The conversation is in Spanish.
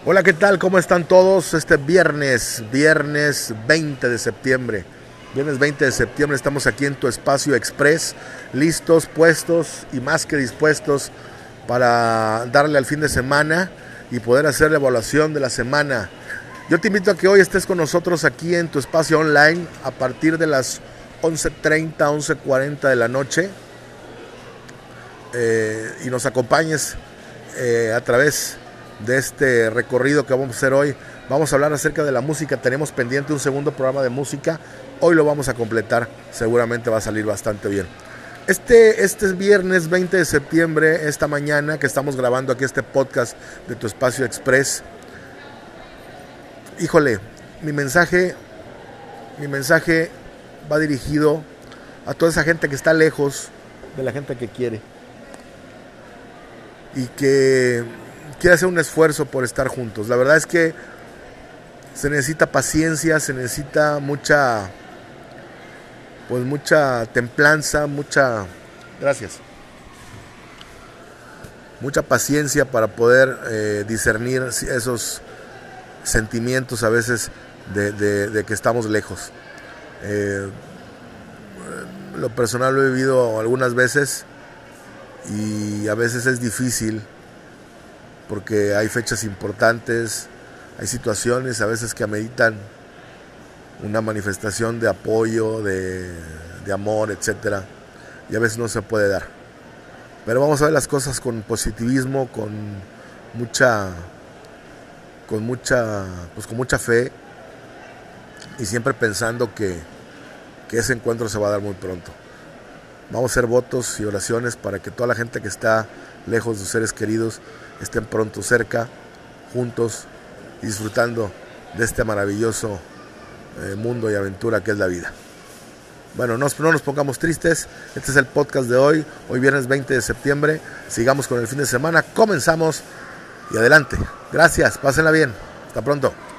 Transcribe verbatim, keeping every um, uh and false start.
Hola, ¿qué tal? ¿Cómo están todos? Este viernes, viernes veinte de septiembre. Viernes veinte de septiembre estamos aquí en tu espacio express, listos, puestos y más que dispuestos para darle al fin de semana y poder hacer la evaluación de la semana. Yo te invito a que hoy estés con nosotros aquí en tu espacio online a partir de las once treinta, once cuarenta de la noche eh, y nos acompañes eh, a través de este recorrido que vamos a hacer hoy. Vamos a hablar acerca de la música. Tenemos pendiente un segundo programa de música. Hoy lo vamos a completar. Seguramente va a salir bastante bien. Este, este es viernes veinte de septiembre, esta mañana que estamos grabando aquí este podcast de Tu Espacio Express. Híjole, mi mensaje, mi mensaje va dirigido a toda esa gente que está lejos de la gente que quiere y que quiere hacer un esfuerzo por estar juntos. La verdad es que se necesita paciencia, se necesita mucha, pues mucha templanza, mucha, gracias, mucha paciencia para poder eh, discernir esos sentimientos a veces de, de, de que estamos lejos. Eh, lo personal lo he vivido algunas veces y a veces es difícil porque hay fechas importantes, hay situaciones a veces que ameritan una manifestación de apoyo, de, de amor, etcétera, y a veces no se puede dar. Pero vamos a ver las cosas con positivismo, con mucha, con mucha, pues con mucha fe y siempre pensando que, que ese encuentro se va a dar muy pronto. Vamos a hacer votos y oraciones para que toda la gente que está lejos de sus seres queridos estén pronto cerca, juntos, disfrutando de este maravilloso eh, mundo y aventura que es la vida. Bueno, no, no nos pongamos tristes. Este es el podcast de hoy, hoy viernes veinte de septiembre. Sigamos con el fin de semana, comenzamos y adelante. Gracias, pásenla bien. Hasta pronto.